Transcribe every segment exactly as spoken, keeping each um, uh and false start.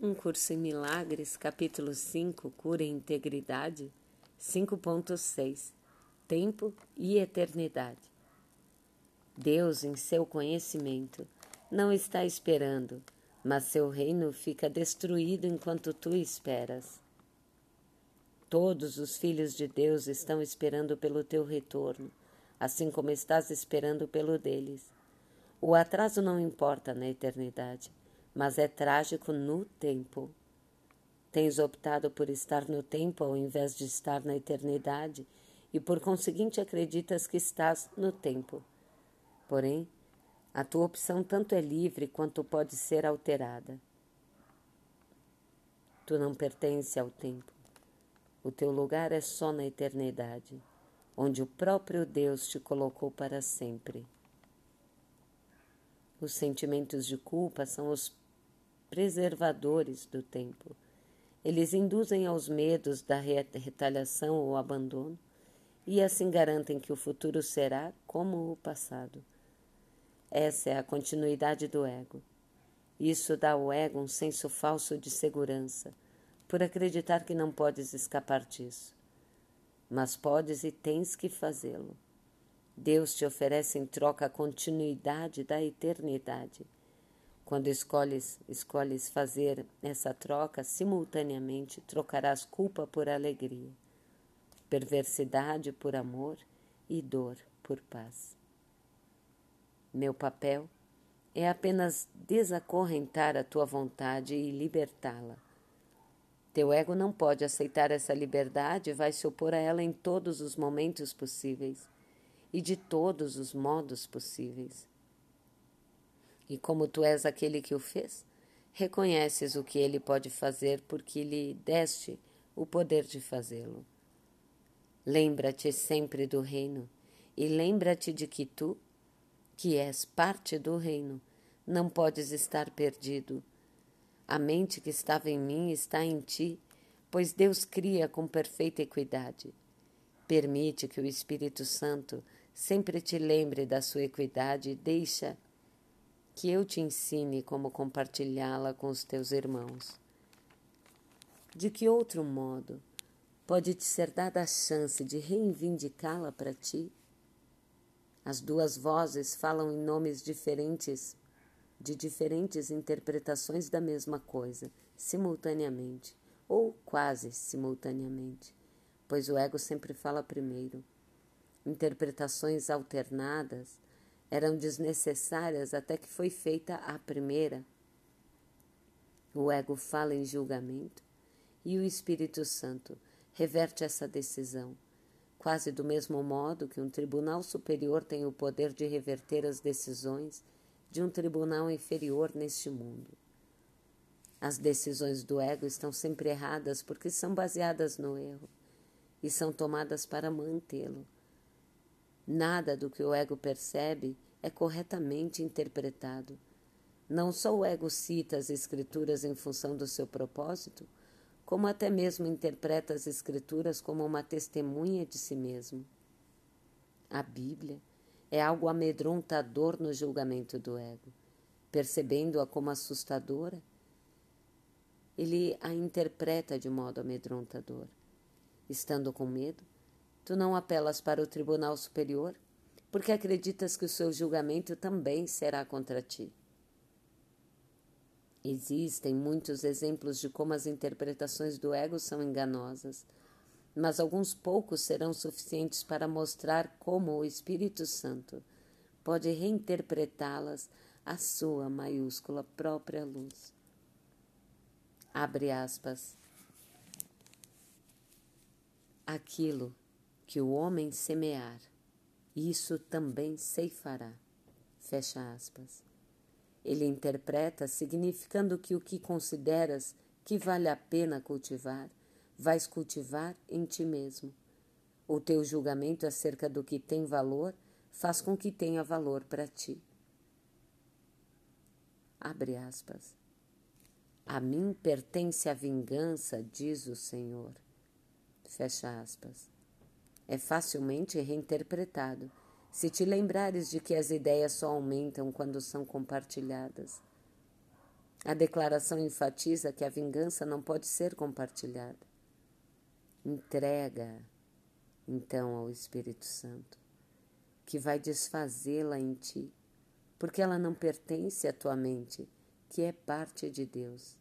Um Curso em Milagres, capítulo cinco, Cura e Integridade, cinco ponto seis, Tempo e Eternidade. Deus, em seu conhecimento, não está esperando, mas seu reino fica destruído enquanto tu esperas. Todos os filhos de Deus estão esperando pelo teu retorno, assim como estás esperando pelo deles. O atraso não importa na eternidade, mas é trágico no tempo. Tens optado por estar no tempo ao invés de estar na eternidade e, por conseguinte, acreditas que estás no tempo. Porém, a tua opção tanto é livre quanto pode ser alterada. Tu não pertences ao tempo. O teu lugar é só na eternidade, onde o próprio Deus te colocou para sempre. Os sentimentos de culpa são os preservadores do tempo. Eles induzem aos medos da retaliação ou abandono e assim garantem que o futuro será como o passado. Essa é a continuidade do ego. Isso dá ao ego um senso falso de segurança, por acreditar que não podes escapar disso. Mas podes e tens que fazê-lo. Deus te oferece em troca a continuidade da eternidade. Quando escolhes, escolhes fazer essa troca, simultaneamente trocarás culpa por alegria, perversidade por amor e dor por paz. Meu papel é apenas desacorrentar a tua vontade e libertá-la. Teu ego não pode aceitar essa liberdade e vai se opor a ela em todos os momentos possíveis e de todos os modos possíveis. E como tu és aquele que o fez, reconheces o que ele pode fazer porque lhe deste o poder de fazê-lo. Lembra-te sempre do reino e lembra-te de que tu, que és parte do reino, não podes estar perdido. A mente que estava em mim está em ti, pois Deus cria com perfeita equidade. Permite que o Espírito Santo sempre te lembre da sua equidade e deixa que eu te ensine como compartilhá-la com os teus irmãos. De que outro modo pode te ser dada a chance de reivindicá-la para ti? As duas vozes falam em nomes diferentes, de diferentes interpretações da mesma coisa, simultaneamente, ou quase simultaneamente, pois o ego sempre fala primeiro. Interpretações alternadas eram desnecessárias até que foi feita a primeira. O ego fala em julgamento e o Espírito Santo reverte essa decisão, quase do mesmo modo que um tribunal superior tem o poder de reverter as decisões de um tribunal inferior neste mundo. As decisões do ego estão sempre erradas porque são baseadas no erro e são tomadas para mantê-lo. Nada do que o ego percebe é corretamente interpretado. Não só o ego cita as escrituras em função do seu propósito, como até mesmo interpreta as escrituras como uma testemunha de si mesmo. A Bíblia é algo amedrontador no julgamento do ego. Percebendo-a como assustadora, ele a interpreta de modo amedrontador. Estando com medo, tu não apelas para o tribunal superior, porque acreditas que o seu julgamento também será contra ti. Existem muitos exemplos de como as interpretações do ego são enganosas, mas alguns poucos serão suficientes para mostrar como o Espírito Santo pode reinterpretá-las à sua maiúscula própria luz. Abre aspas. Aquilo que o homem semear, isso também ceifará. Fecha aspas. Ele interpreta significando que o que consideras que vale a pena cultivar, vais cultivar em ti mesmo. O teu julgamento acerca do que tem valor faz com que tenha valor para ti. Abre aspas. A mim pertence a vingança, diz o Senhor. Fecha aspas. É facilmente reinterpretado, se te lembrares de que as ideias só aumentam quando são compartilhadas. A declaração enfatiza que a vingança não pode ser compartilhada. Entrega, então, ao Espírito Santo, que vai desfazê-la em ti, porque ela não pertence à tua mente, que é parte de Deus.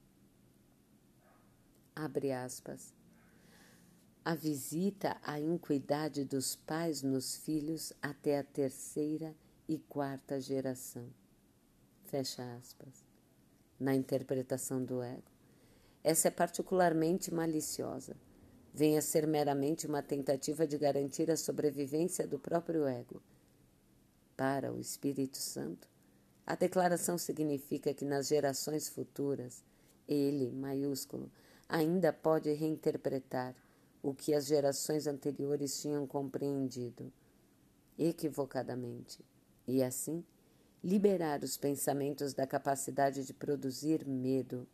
Abre aspas. A visita à iniquidade dos pais nos filhos até a terceira e quarta geração. Fecha aspas. Na interpretação do ego. Essa é particularmente maliciosa. Vem a ser meramente uma tentativa de garantir a sobrevivência do próprio ego. Para o Espírito Santo, a declaração significa que nas gerações futuras, ele, maiúsculo, ainda pode reinterpretar o que as gerações anteriores tinham compreendido, equivocadamente, e assim liberar os pensamentos da capacidade de produzir medo.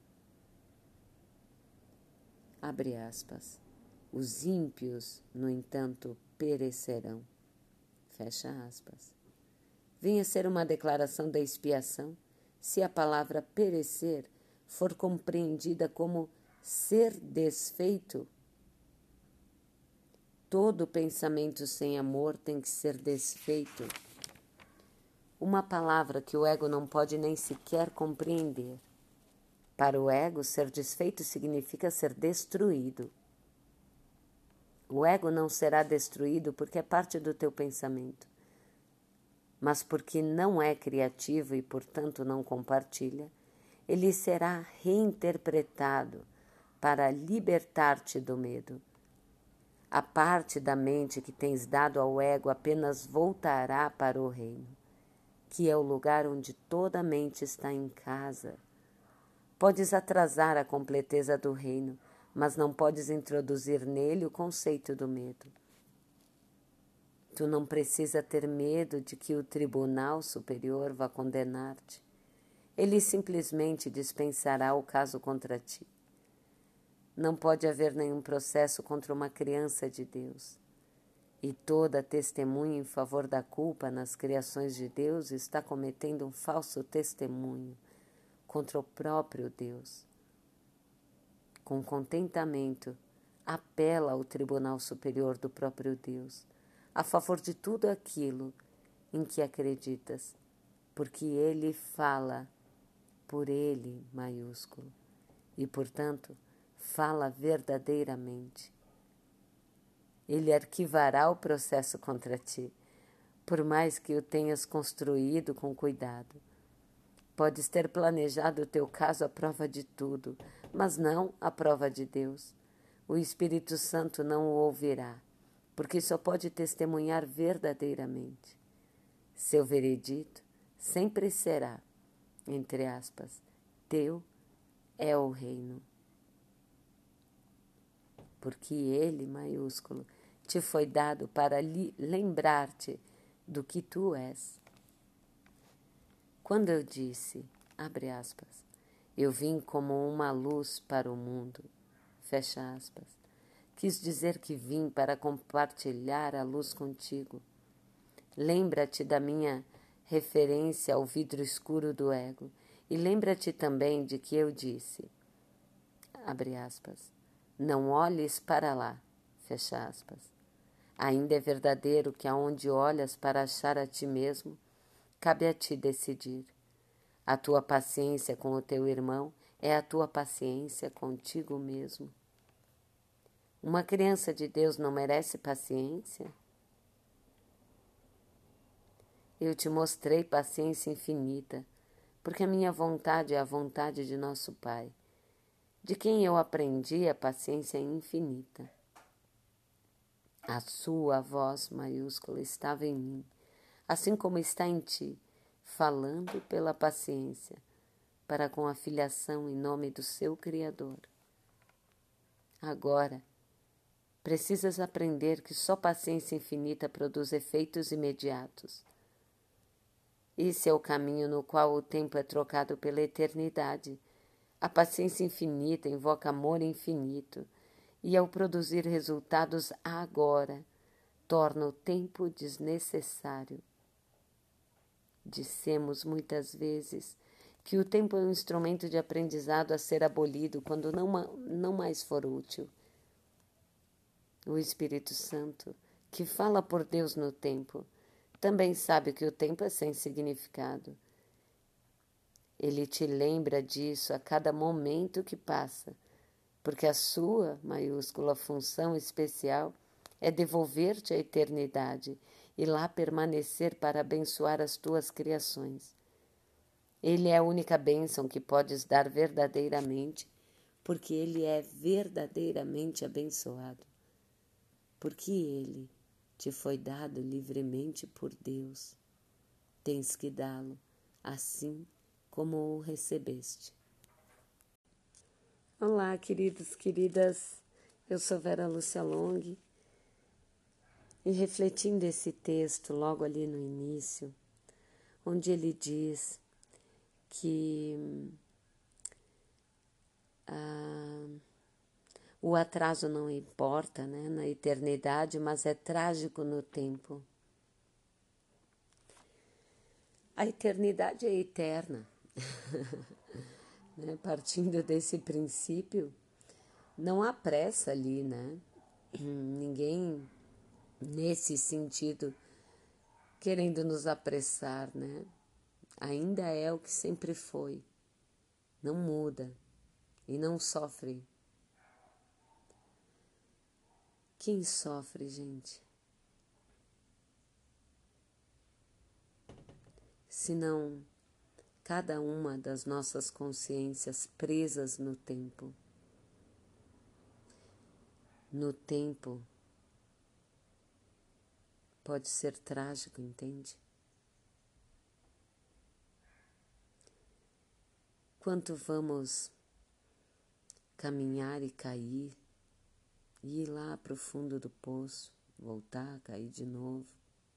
Abre aspas. Os ímpios, no entanto, perecerão. Fecha aspas. Venha ser uma declaração da expiação se a palavra perecer for compreendida como ser desfeito. Todo pensamento sem amor tem que ser desfeito. Uma palavra que o ego não pode nem sequer compreender. Para o ego, ser desfeito significa ser destruído. O ego não será destruído porque é parte do teu pensamento, mas porque não é criativo e, portanto, não compartilha, ele será reinterpretado para libertar-te do medo. A parte da mente que tens dado ao ego apenas voltará para o reino, que é o lugar onde toda a mente está em casa. Podes atrasar a completeza do reino, mas não podes introduzir nele o conceito do medo. Tu não precisa ter medo de que o tribunal superior vá condenar-te. Ele simplesmente dispensará o caso contra ti. Não pode haver nenhum processo contra uma criança de Deus. E toda testemunha em favor da culpa nas criações de Deus está cometendo um falso testemunho contra o próprio Deus. Com contentamento, apela ao tribunal superior do próprio Deus, a favor de tudo aquilo em que acreditas, porque Ele fala por Ele, maiúsculo, e, portanto, fala verdadeiramente. Ele arquivará o processo contra ti, por mais que o tenhas construído com cuidado. Podes ter planejado o teu caso à prova de tudo, mas não à prova de Deus. O Espírito Santo não o ouvirá, porque só pode testemunhar verdadeiramente. Seu veredito sempre será, entre aspas, teu é o reino. Porque ele, maiúsculo, te foi dado para lembrar-te do que tu és. Quando eu disse, abre aspas, eu vim como uma luz para o mundo, fecha aspas, quis dizer que vim para compartilhar a luz contigo. Lembra-te da minha referência ao vidro escuro do ego e lembra-te também de que eu disse, abre aspas, não olhes para lá, fecha aspas. Ainda é verdadeiro que aonde olhas para achar a ti mesmo, cabe a ti decidir. A tua paciência com o teu irmão é a tua paciência contigo mesmo. Uma criança de Deus não merece paciência? Eu te mostrei paciência infinita, porque a minha vontade é a vontade de nosso Pai, de quem eu aprendi a paciência infinita. A sua voz maiúscula estava em mim, assim como está em ti, falando pela paciência, para com a filiação em nome do seu Criador. Agora, precisas aprender que só paciência infinita produz efeitos imediatos. Esse é o caminho no qual o tempo é trocado pela eternidade. A paciência infinita invoca amor infinito, e ao produzir resultados agora, torna o tempo desnecessário. Dissemos muitas vezes que o tempo é um instrumento de aprendizado a ser abolido quando não, não mais for útil. O Espírito Santo, que fala por Deus no tempo, também sabe que o tempo é sem significado. Ele te lembra disso a cada momento que passa, porque a sua, maiúscula, função especial é devolver-te à eternidade e lá permanecer para abençoar as tuas criações. Ele é a única bênção que podes dar verdadeiramente, porque ele é verdadeiramente abençoado. Porque ele te foi dado livremente por Deus. Tens que dá-lo, assim como o recebeste. Olá, queridos, queridas. Eu sou Vera Lúcia Long. E refletindo esse texto logo ali no início, onde ele diz que ah, o atraso não importa, né, na eternidade, mas é trágico no tempo. A eternidade é eterna. Né? Partindo desse princípio, não há pressa ali, né? Ninguém, nesse sentido, querendo nos apressar, né? Ainda é o que sempre foi. Não muda e não sofre. Quem sofre, gente? Senão cada uma das nossas consciências presas no tempo. No tempo pode ser trágico, entende? Quanto vamos caminhar e cair, e ir lá para o fundo do poço, voltar, cair de novo.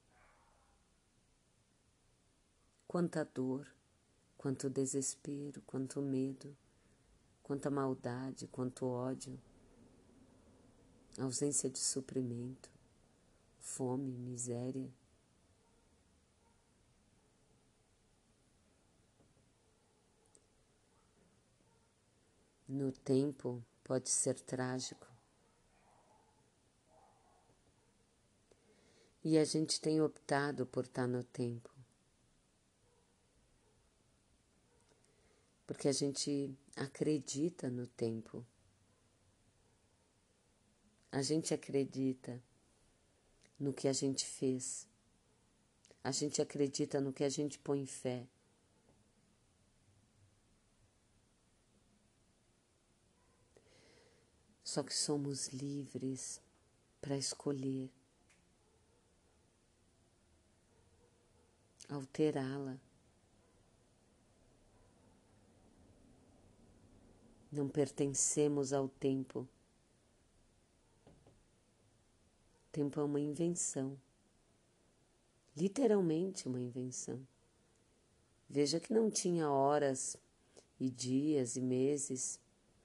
Quanta dor, quanto desespero, quanto medo, quanta maldade, quanto ódio, ausência de suprimento, fome, miséria. No tempo pode ser trágico. E a gente tem optado por estar no tempo. Porque a gente acredita no tempo. A gente acredita no que a gente fez. A gente acredita no que a gente põe fé. Só que somos livres para escolher alterá-la. Não pertencemos ao tempo. O tempo é uma invenção. Literalmente uma invenção. Veja que não tinha horas e dias e meses.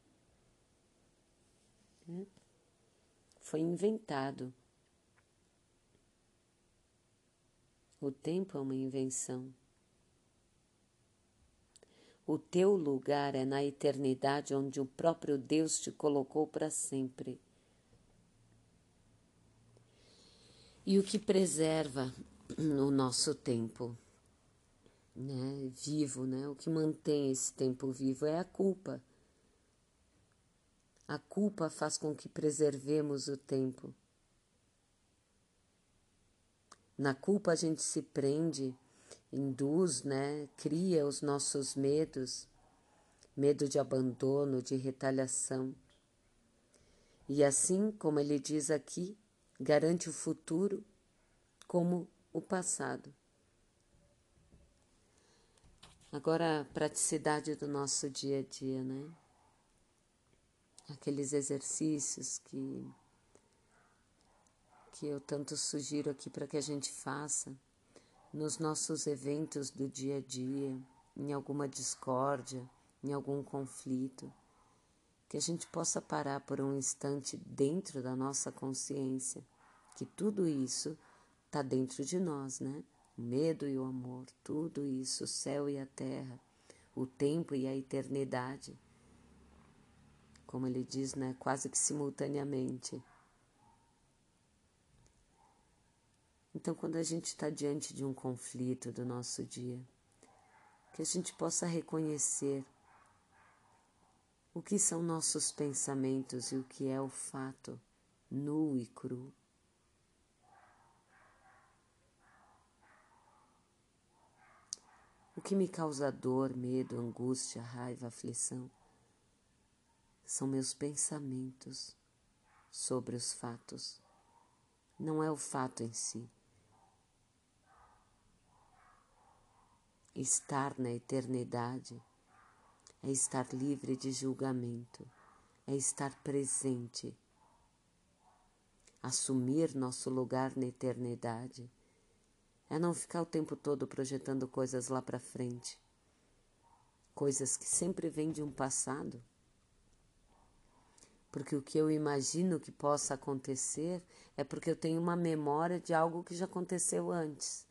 Né? Foi inventado. O tempo é uma invenção. O teu lugar é na eternidade onde o próprio Deus te colocou para sempre. E o que preserva o nosso tempo, né, vivo, né? O que mantém esse tempo vivo é a culpa. A culpa faz com que preservemos o tempo. Na culpa a gente se prende, induz, né? Cria os nossos medos, medo de abandono, de retaliação. E assim, como ele diz aqui, garante o futuro como o passado. Agora, a praticidade do nosso dia a dia, né? Aqueles exercícios que, que eu tanto sugiro aqui para que a gente faça nos nossos eventos do dia a dia, em alguma discórdia, em algum conflito, que a gente possa parar por um instante dentro da nossa consciência, que tudo isso está dentro de nós, né? O medo e o amor, tudo isso, o céu e a terra, o tempo e a eternidade, como ele diz, né, quase que simultaneamente. Então, quando a gente está diante de um conflito do nosso dia, que a gente possa reconhecer o que são nossos pensamentos e o que é o fato nu e cru. O que me causa dor, medo, angústia, raiva, aflição são meus pensamentos sobre os fatos. Não é o fato em si. Estar na eternidade é estar livre de julgamento, é estar presente. Assumir nosso lugar na eternidade é não ficar o tempo todo projetando coisas lá para frente, coisas que sempre vêm de um passado. Porque o que eu imagino que possa acontecer é porque eu tenho uma memória de algo que já aconteceu antes.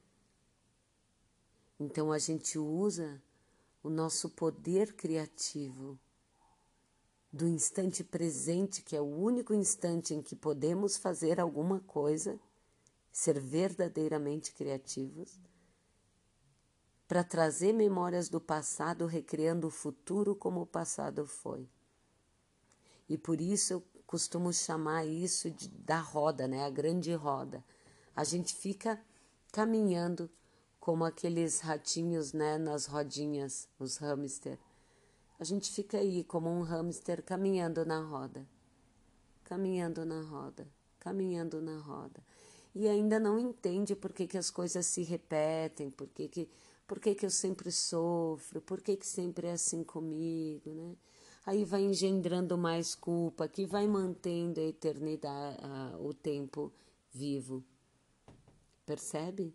Então a gente usa o nosso poder criativo do instante presente, que é o único instante em que podemos fazer alguma coisa, ser verdadeiramente criativos, para trazer memórias do passado, recriando o futuro como o passado foi. E por isso eu costumo chamar isso de, da roda, né? A grande roda. A gente fica caminhando como aqueles ratinhos, né? Nas rodinhas, os hamster. A gente fica aí como um hamster caminhando na roda, caminhando na roda, caminhando na roda. E ainda não entende por que, que as coisas se repetem, por que, que, por que, que eu sempre sofro, por que, que sempre é assim comigo, né? Aí vai engendrando mais culpa, que vai mantendo a eternidade, a, o tempo vivo. Percebe?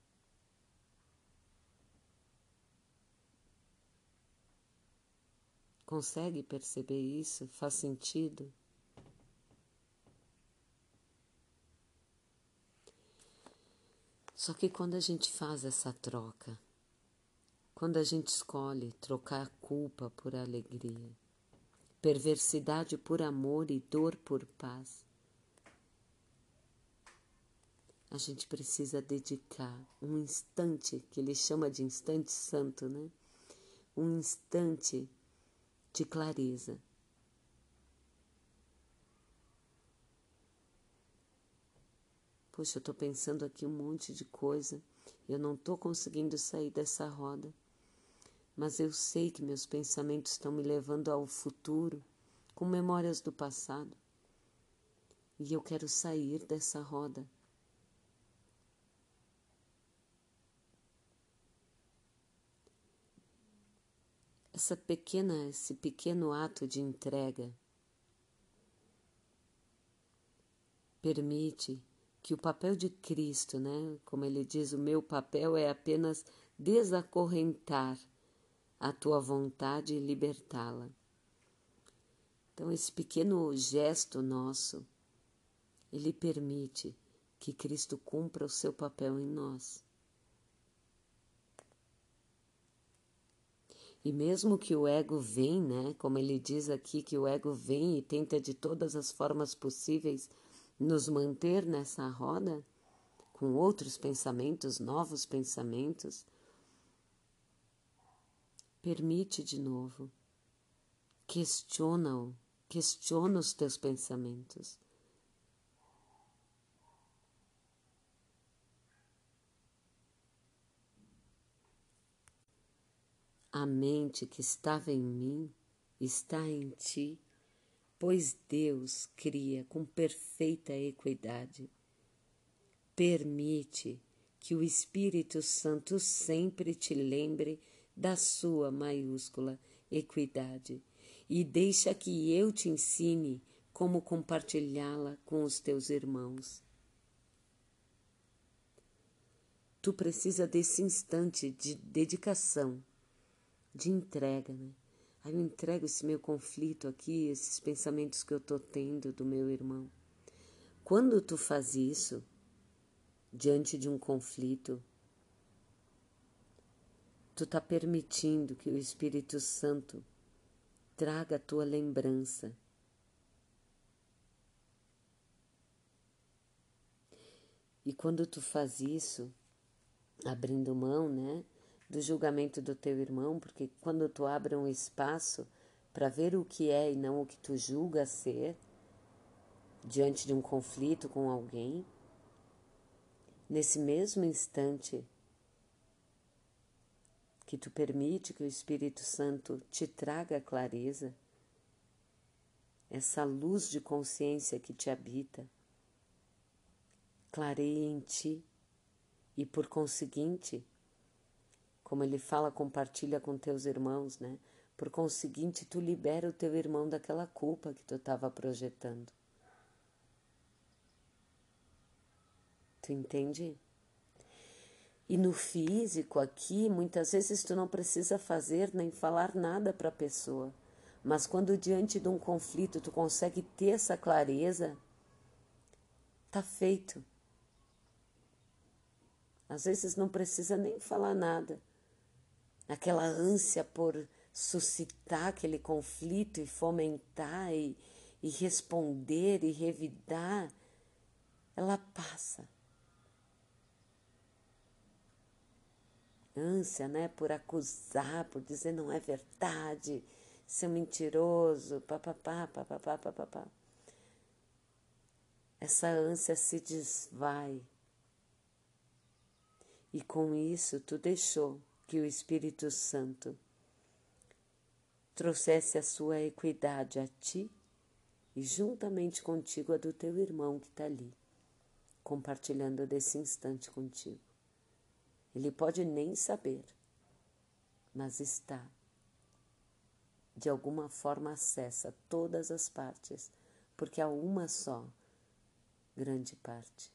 Consegue perceber isso? Faz sentido? Só que quando a gente faz essa troca, quando a gente escolhe trocar culpa por alegria, perversidade por amor e dor por paz, a gente precisa dedicar um instante, que ele chama de instante santo, né? Um instante de clareza. Poxa, eu estou pensando aqui um monte de coisa, eu não estou conseguindo sair dessa roda, mas eu sei que meus pensamentos estão me levando ao futuro, com memórias do passado, e eu quero sair dessa roda. Essa pequena, esse pequeno ato de entrega permite que o papel de Cristo, né, como ele diz, o meu papel é apenas desacorrentar a tua vontade e libertá-la. Então esse pequeno gesto nosso, ele permite que Cristo cumpra o seu papel em nós. E mesmo que o ego vem, né, como ele diz aqui, que o ego vem e tenta de todas as formas possíveis nos manter nessa roda, com outros pensamentos, novos pensamentos, permite de novo, questiona-o, questiona os teus pensamentos. A mente que estava em mim está em ti, pois Deus cria com perfeita equidade. Permite que o Espírito Santo sempre te lembre da sua maiúscula equidade e deixa que eu te ensine como compartilhá-la com os teus irmãos. Tu precisa desse instante de dedicação, de entrega, né? Aí eu entrego esse meu conflito aqui, esses pensamentos que eu estou tendo do meu irmão. Quando tu faz isso, diante de um conflito, tu está permitindo que o Espírito Santo traga a tua lembrança. E quando tu faz isso, abrindo mão, né, do julgamento do teu irmão, porque quando tu abre um espaço para ver o que é e não o que tu julga ser, diante de um conflito com alguém, nesse mesmo instante que tu permite que o Espírito Santo te traga a clareza, essa luz de consciência que te habita, clareia em ti e, por conseguinte, como ele fala, compartilha com teus irmãos, né? Por conseguinte, tu libera o teu irmão daquela culpa que tu estava projetando. Tu entende? E no físico aqui, muitas vezes tu não precisa fazer nem falar nada para a pessoa. Mas quando diante de um conflito tu consegue ter essa clareza, tá feito. Às vezes não precisa nem falar nada. Aquela ânsia por suscitar aquele conflito e fomentar e, e responder e revidar, ela passa. Ânsia, né, por acusar, por dizer não é verdade, ser mentiroso, papapá, papapá, papapá. Essa ânsia se desvai. E com isso tu deixou que o Espírito Santo trouxesse a sua equidade a ti e juntamente contigo a do teu irmão que está ali, compartilhando desse instante contigo. Ele pode nem saber, mas está. De alguma forma acessa todas as partes, porque há uma só grande parte.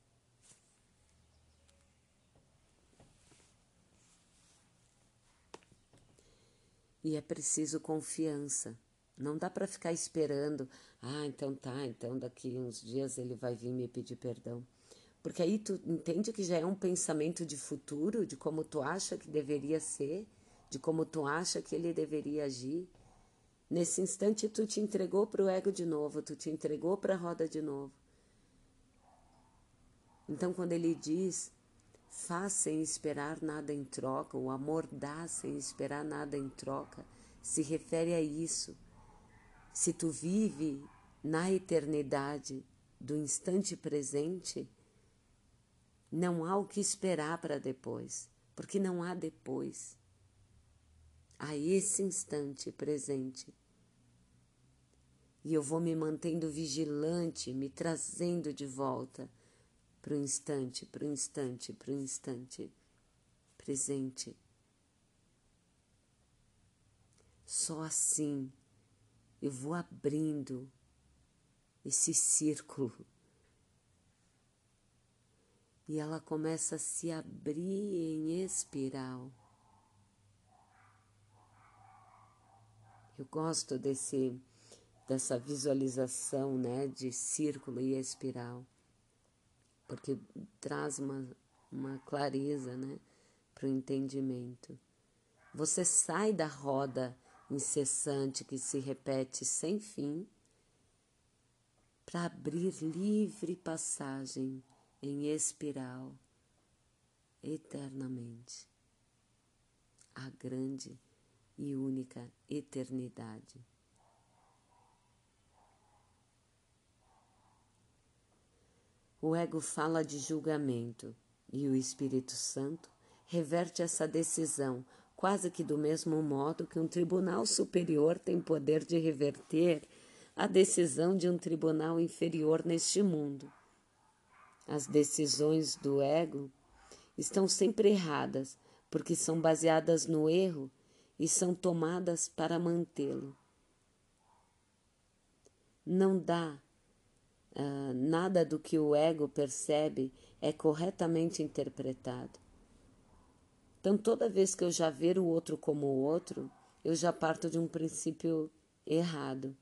E é preciso confiança. Não dá para ficar esperando, ah, então tá, então daqui uns dias ele vai vir me pedir perdão. Porque aí tu entende que já é um pensamento de futuro, de como tu acha que deveria ser, de como tu acha que ele deveria agir. Nesse instante tu te entregou para o ego de novo, tu te entregou para a roda de novo. Então quando ele diz, faz sem esperar nada em troca, o amor dá sem esperar nada em troca, se refere a isso. Se tu vive na eternidade do instante presente, não há o que esperar para depois, porque não há depois. Há esse instante presente. E eu vou me mantendo vigilante, me trazendo de volta para o instante, para o instante, para o instante presente. Só assim eu vou abrindo esse círculo. E ela começa a se abrir em espiral. Eu gosto desse, dessa visualização, né, de círculo e espiral, porque traz uma, uma clareza, né, para o entendimento. Você sai da roda incessante que se repete sem fim para abrir livre passagem em espiral eternamente. A grande e única eternidade. O ego fala de julgamento e o Espírito Santo reverte essa decisão quase que do mesmo modo que um tribunal superior tem poder de reverter a decisão de um tribunal inferior neste mundo. As decisões do ego estão sempre erradas, porque são baseadas no erro e são tomadas para mantê-lo. Não dá, uh, nada do que o ego percebe é corretamente interpretado. Então, toda vez que eu já ver o outro como o outro, eu já parto de um princípio errado.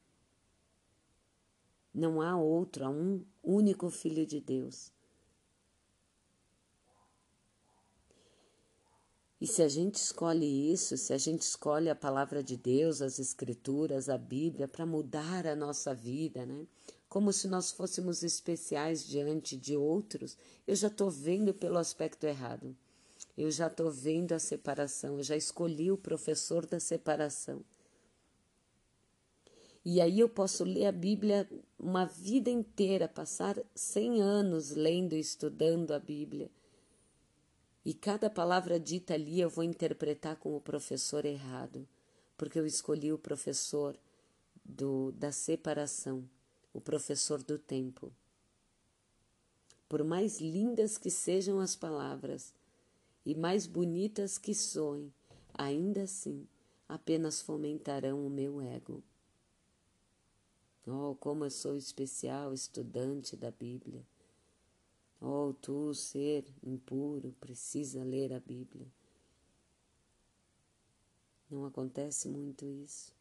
Não há outro, há um único Filho de Deus. E se a gente escolhe isso, se a gente escolhe a palavra de Deus, as escrituras, a Bíblia, para mudar a nossa vida, né? Como se nós fôssemos especiais diante de outros, eu já estou vendo pelo aspecto errado. Eu já estou vendo a separação, eu já escolhi o professor da separação. E aí eu posso ler a Bíblia uma vida inteira, passar cem anos lendo e estudando a Bíblia. E cada palavra dita ali eu vou interpretar como o professor errado, porque eu escolhi o professor do, da separação, o professor do tempo. Por mais lindas que sejam as palavras e mais bonitas que soem, ainda assim apenas fomentarão o meu ego. Oh, como eu sou especial estudante da Bíblia. Oh, tu, ser impuro, precisa ler a Bíblia. Não acontece muito isso.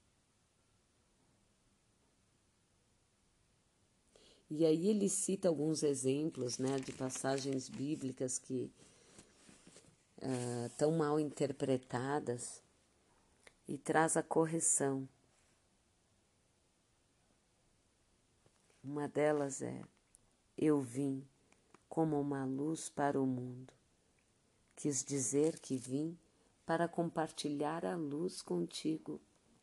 E aí ele cita alguns exemplos, né, de passagens bíblicas que uh, estão mal interpretadas e traz a correção. Uma delas é: eu vim como uma luz para o mundo. Quis dizer que vim para compartilhar a luz contigo.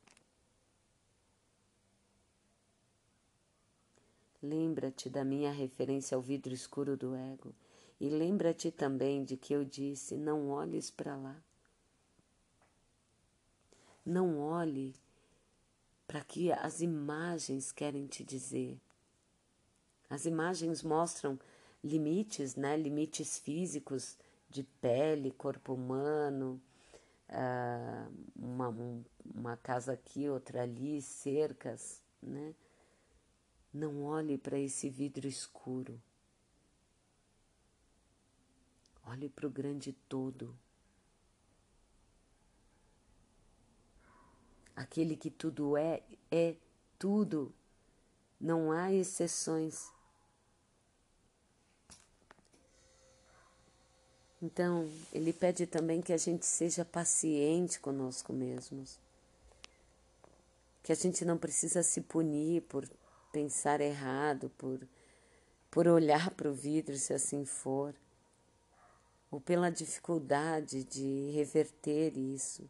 Lembra-te da minha referência ao vidro escuro do ego e lembra-te também de que eu disse: não olhes para lá. Não olhe para que as imagens querem te dizer. As imagens mostram limites, né? Limites físicos de pele, corpo humano, uh, uma, um, uma casa aqui, outra ali, cercas, né? Não olhe para esse vidro escuro. Olhe para o grande todo. Aquele que tudo é, é tudo. Não há exceções. Então, ele pede também que a gente seja paciente conosco mesmos. Que a gente não precisa se punir por pensar errado, por, por olhar para o vidro, se assim for, ou pela dificuldade de reverter isso.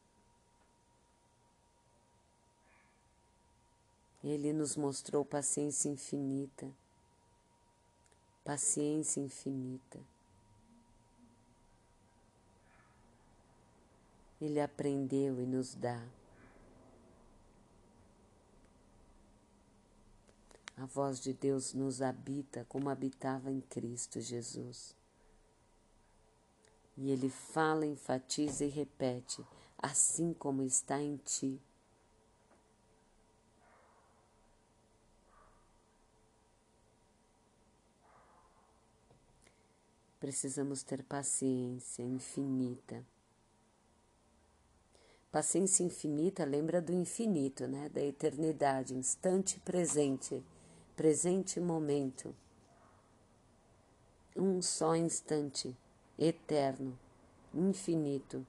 Ele nos mostrou paciência infinita, paciência infinita. Ele aprendeu e nos dá. A voz de Deus nos habita como habitava em Cristo Jesus. E Ele fala, enfatiza e repete, assim como está em ti. Precisamos ter paciência infinita. Paciência infinita lembra do infinito, né? Da eternidade, instante presente, presente momento. Um só instante, eterno, infinito,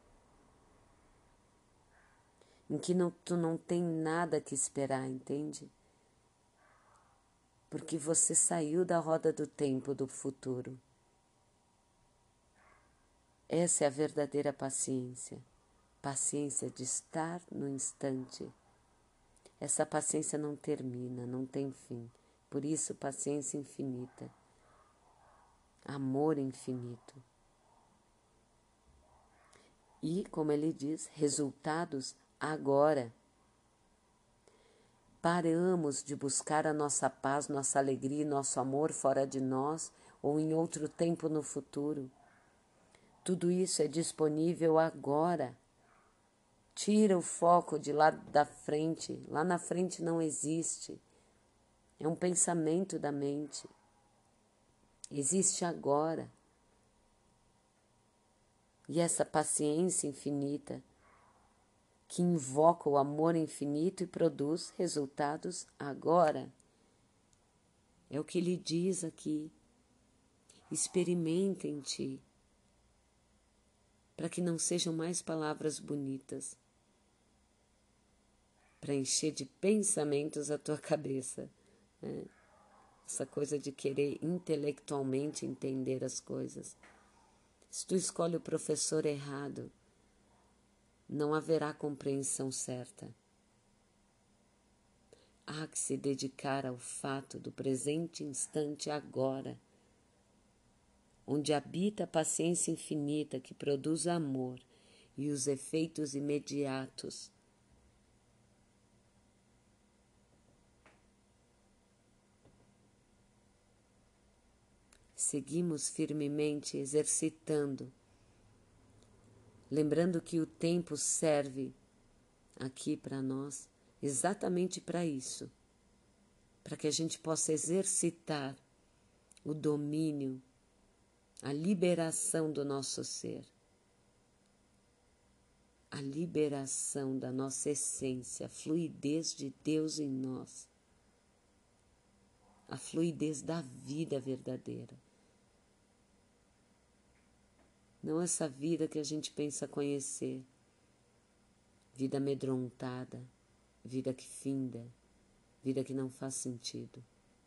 em que não, tu não tem nada que esperar, entende? Porque você saiu da roda do tempo do futuro. Essa é a verdadeira paciência. Paciência de estar no instante. Essa paciência não termina, não tem fim. Por isso, paciência infinita. Amor infinito. E, como ele diz, resultados agora. Paramos de buscar a nossa paz, nossa alegria e nosso amor fora de nós ou em outro tempo no futuro. Tudo isso é disponível agora. Tira o foco de lá da frente. Lá na frente não existe. É um pensamento da mente. Existe agora. E essa paciência infinita que invoca o amor infinito e produz resultados agora. É o que ele diz aqui. Experimenta em ti. para que não sejam mais palavras bonitas, para encher de pensamentos a tua cabeça, né? Essa coisa de querer intelectualmente entender as coisas. Se tu escolhe o professor errado, não haverá compreensão certa. Há que se dedicar ao fato do presente instante agora, onde habita a paciência infinita que produz amor e os efeitos imediatos. Seguimos firmemente exercitando, lembrando que o tempo serve aqui para nós exatamente para isso, para que a gente possa exercitar o domínio, a liberação do nosso ser, a liberação da nossa essência, a fluidez de Deus em nós, a fluidez da vida verdadeira. Não essa vida que a gente pensa conhecer, vida amedrontada, vida que finda, vida que não faz sentido,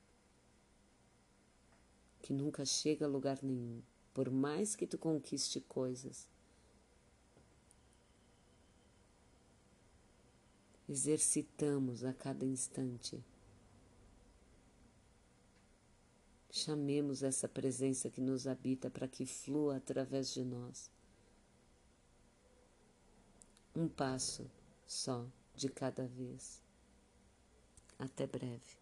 que nunca chega a lugar nenhum, por mais que tu conquiste coisas. Exercitamos a cada instante. Chamemos essa presença que nos habita para que flua através de nós. Um passo só de cada vez. Até breve.